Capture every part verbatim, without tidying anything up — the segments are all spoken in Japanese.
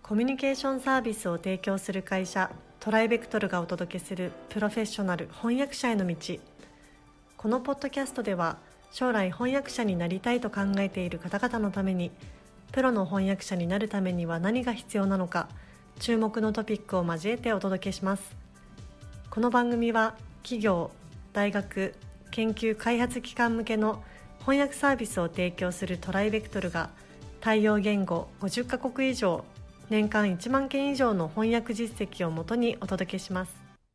コミュニケーションサービスを提供する会社トライベクトルがお届けするプロフェッショナル翻訳者への道。このポッドキャストでは将来翻訳者になりたいと考えている方々のために、プロの翻訳者になるためには何が必要なのか、注目のトピックを交えてお届けします。この番組は企業、大学、研究開発機関向けの翻訳サービスを提供するトライベクトルが対応言語ごじゅっカ国以上、年間いちまんけん以上の翻訳実績をもとにお届けします。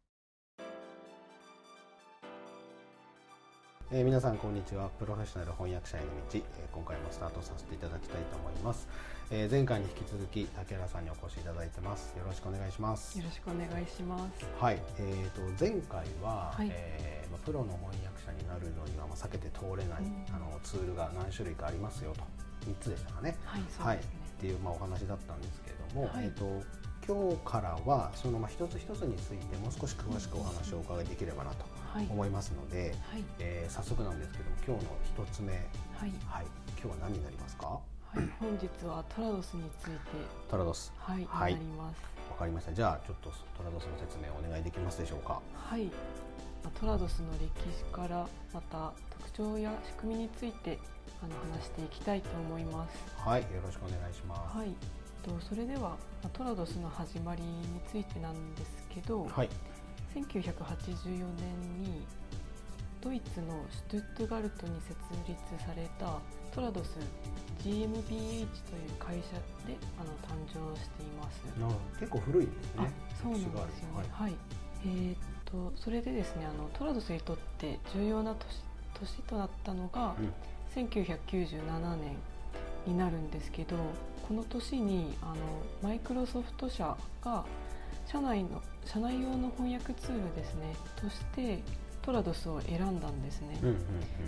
えー、皆さんこんにちは。プロフェッショナル翻訳者への道、えー、今回もスタートさせていただきたいと思います。えー、前回に引き続き竹原さんにお越しいただいてます。よろしくお願いします。 よろしくお願いします。 はい、えー、と前回は、 はいえーまあ、プロの翻訳者になるのには、まあ、避けて通れない、うん、あのツールが何種類かありますよと、みっつでしたかね。 はい、そうですね。 はい、っていう、まあ、お話だったんですけれども、 はい、 えー、と今日からはその、まあ、一つ一つについてもう少し詳しくお話をお伺いできればなと思いますので、はいはいえー、早速なんですけども、今日の一つ目、はいはい、今日は何になりますか？ はい、本日はトラドスについてトラドス、 はい、 はい、 になります。 わかりました。じゃあちょっとトラドスの説明をお願いできますでしょうか？ はい、トラドスの歴史からまた特徴や仕組みについてあの話していきたいと思います。 はい、よろしくお願いします。 はい、とそれではトラドスの始まりについてなんですけど、はい、せんきゅうひゃくはちじゅうよねんにドイツのシュトゥットガルトに設立されたトラドス ジーエムビーエイチ という会社であの誕生しています。 なるほど、結構古いですね。 そうなんですよね。はい、はい、えー、っとそれでですね、あのトラドスにとって重要な年、年となったのが、うん、せんきゅうひゃくきゅうじゅうななねんになるんですけど、この年にあのマイクロソフト社が社内の社内用の翻訳ツールですねとしてトラドスを選んだんですね。うんうんうん、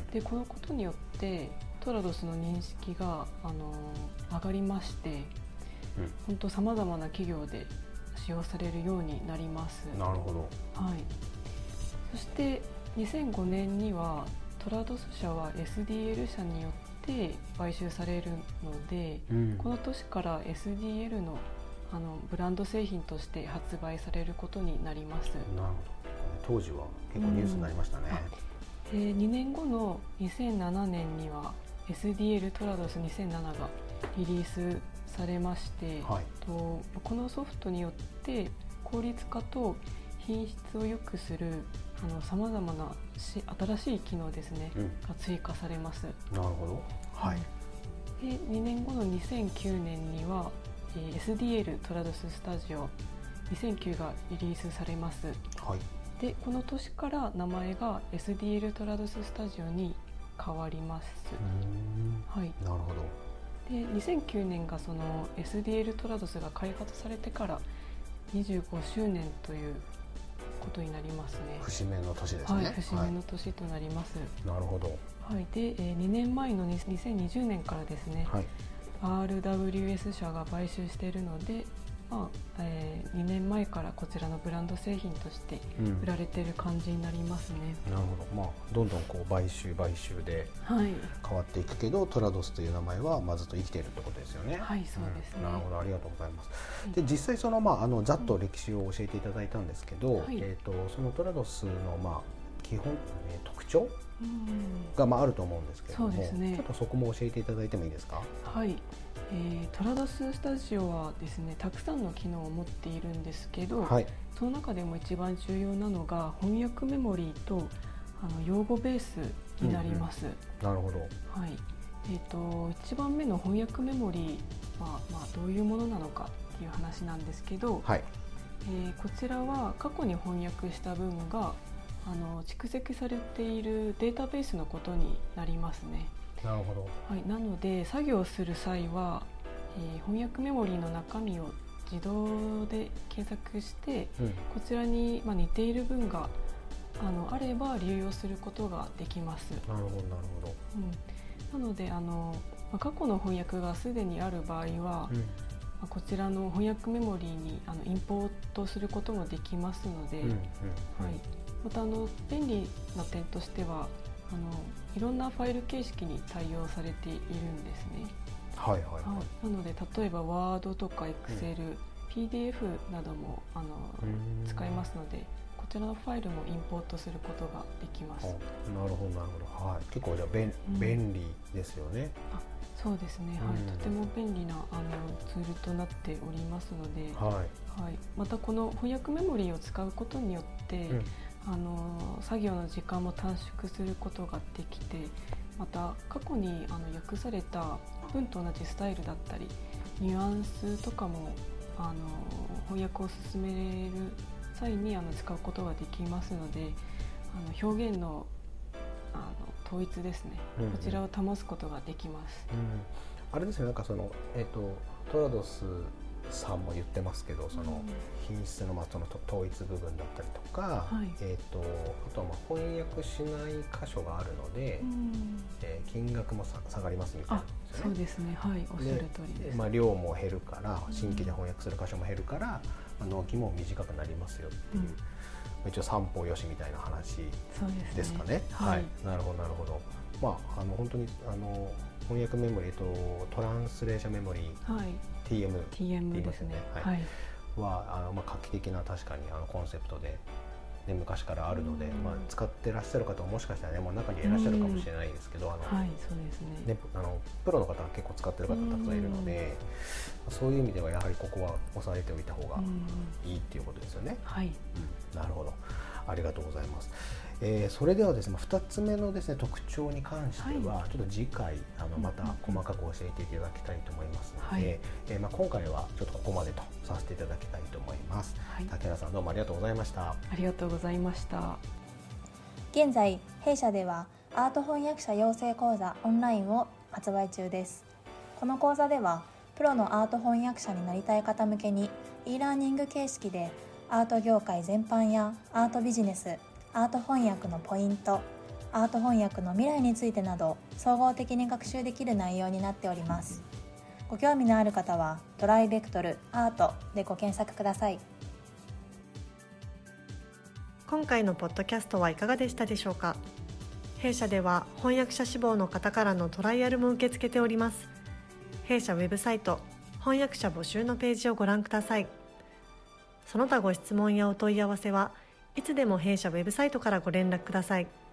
でこのことによってトラドスの認識があの上がりまして、うん、本当さまざまな企業で使用されるようになります。 なるほど。 はい。そしてにせんごねんにはトラドス社は エスディーエル 社によって買収されるので、うん、この年から エスディーエル のあのブランド製品として発売されることになります。 なるほど。当時は結構ニュースになりましたね。 うん、でにねんごのにせんななねんには エスディーエル トラドスにせんなながリリースされまして、はい、とこのソフトによって効率化と品質を良くするさまざまなし新しい機能ですね、うん、が追加されます。 なるほど。はい。 でにねんごのにせんきゅうねんには エスディーエル トラドススタジオにせんきゅうがリリースされます。はい。でこの年から名前が エスディーエル トラドススタジオに変わります。 はい、なるほど。 でにせんきゅうねんがその エスディーエル トラドスが開発されてからにじゅうごしゅうねんということになりますね。 節目の年ですね。 はい、節目の年となります。 はい、なるほど。 はい、で、えー、にねんまえのにせんにじゅうねんからですね、はい、アールダブリューエス 社が買収しているので、まあえー、にねんまえからこちらのブランド製品として売られている感じになりますね。 うん、なるほど。まあ、どんどんこう買収買収で変わっていくけど、はい、トラドスという名前はまあずっと生きているってことですよね。 はい、そうですね。 うん、なるほど、ありがとうございます。はい、で実際その、まあ、あのざっと歴史を教えていただいたんですけど、はい、えー、とそのトラドスの、まあ、基本、えー、特徴が、まあ、あると思うんですけれども、そうですね、ちょっとそこも教えていただいてもいいですか？ はい。えー、トラドススタジオはですね、たくさんの機能を持っているんですけど、はい、その中でも一番重要なのが翻訳メモリーとあの用語ベースになります。うんうん、 なるほど。 はい。えーと、いちばんめの翻訳メモリーは、まあ、どういうものなのかっていう話なんですけど、はい、えー、こちらは過去に翻訳した文があの蓄積されているデータベースのことになりますね。 なるほど。 はい、なので作業する際は、えー、翻訳メモリーの中身を自動で検索して、うん、こちらに、まあ、似ている文があのあれば流用することができます。 なるほど、なるほど。 うん、なのであの、まあ、過去の翻訳がすでにある場合は、うん、まあ、こちらの翻訳メモリーにあのインポートすることもできますので、うんうんうん、はい、またあの便利な点としてはあのいろんなファイル形式に対応されているんですね。 はいはいはい、 なので例えばワードとかエクセル、うん、ピーディーエフ などもあの使えますので、こちらのファイルもインポートすることができます。 なるほどなるほど、はい、結構じゃあ便、うん、便利ですよね。 あ、そうですね、はい、うん、とても便利なあのツールとなっておりますので、はいはい、またこの翻訳メモリーを使うことによって、うん、あの作業の時間も短縮することができて、また過去にあの訳された文と同じスタイルだったりニュアンスとかもあの翻訳を進める際にあの使うことができますので、あの表現の、あの統一ですね、うんうん、こちらを保つことができます。 うん、あれですね、なんかその、えーと、トラドスさんも言ってますけど、その品質の、まあ、その統一部分だったりとか、はい、えーと、あとはまあ翻訳しない箇所があるので、うん、えー、金額もさ下がりますみたいな、ね、 そうですね、はい、おっしゃる通りです。 まあ、量も減るから新規で翻訳する箇所も減るから、うん、納期も短くなりますよっていう、うん、一応三方よしみたいな話ですかね。はい、なるほどなるほど。まあ、あの本当にあの翻訳メモリーとトランスレーションメモリー、はい、ティーエム って言いますよね。はい、はあの、まあ、画期的な確かにあのコンセプトで、ね、昔からあるので、まあ、使ってらっしゃる方ももしかしたら、ね、もう中にいらっしゃるかもしれないですけど、あの、はい、そうですね、ね、あのプロの方は結構使ってる方たくさんいるので、そういう意味ではやはりここは押さえておいた方がいいっていうことですよね。はい、うん、なるほど、ありがとうございます。えー、それではですね、ふたつめのですね、特徴に関しては、はい、ちょっと次回あのまた細かく教えていただきたいと思いますので、はい、えーまあ、今回はちょっとここまでとさせていただきたいと思います。はい、竹原さん、どうもありがとうございました。 ありがとうございました。 現在弊社ではアート翻訳者養成講座オンラインを発売中です。この講座ではプロのアート翻訳者になりたい方向けに e ラーニング形式でアート業界全般やアートビジネス、アート翻訳のポイント、アート翻訳の未来についてなど総合的に学習できる内容になっております。ご興味のある方はトライベクトルアートでご検索ください。 今回のポッドキャストはいかがでしたでしょうか。弊社では翻訳者志望の方からのトライアルも受け付けております。弊社ウェブサイト翻訳者募集のページをご覧ください。その他ご質問やお問い合わせはいつでも弊社ウェブサイトからご連絡ください。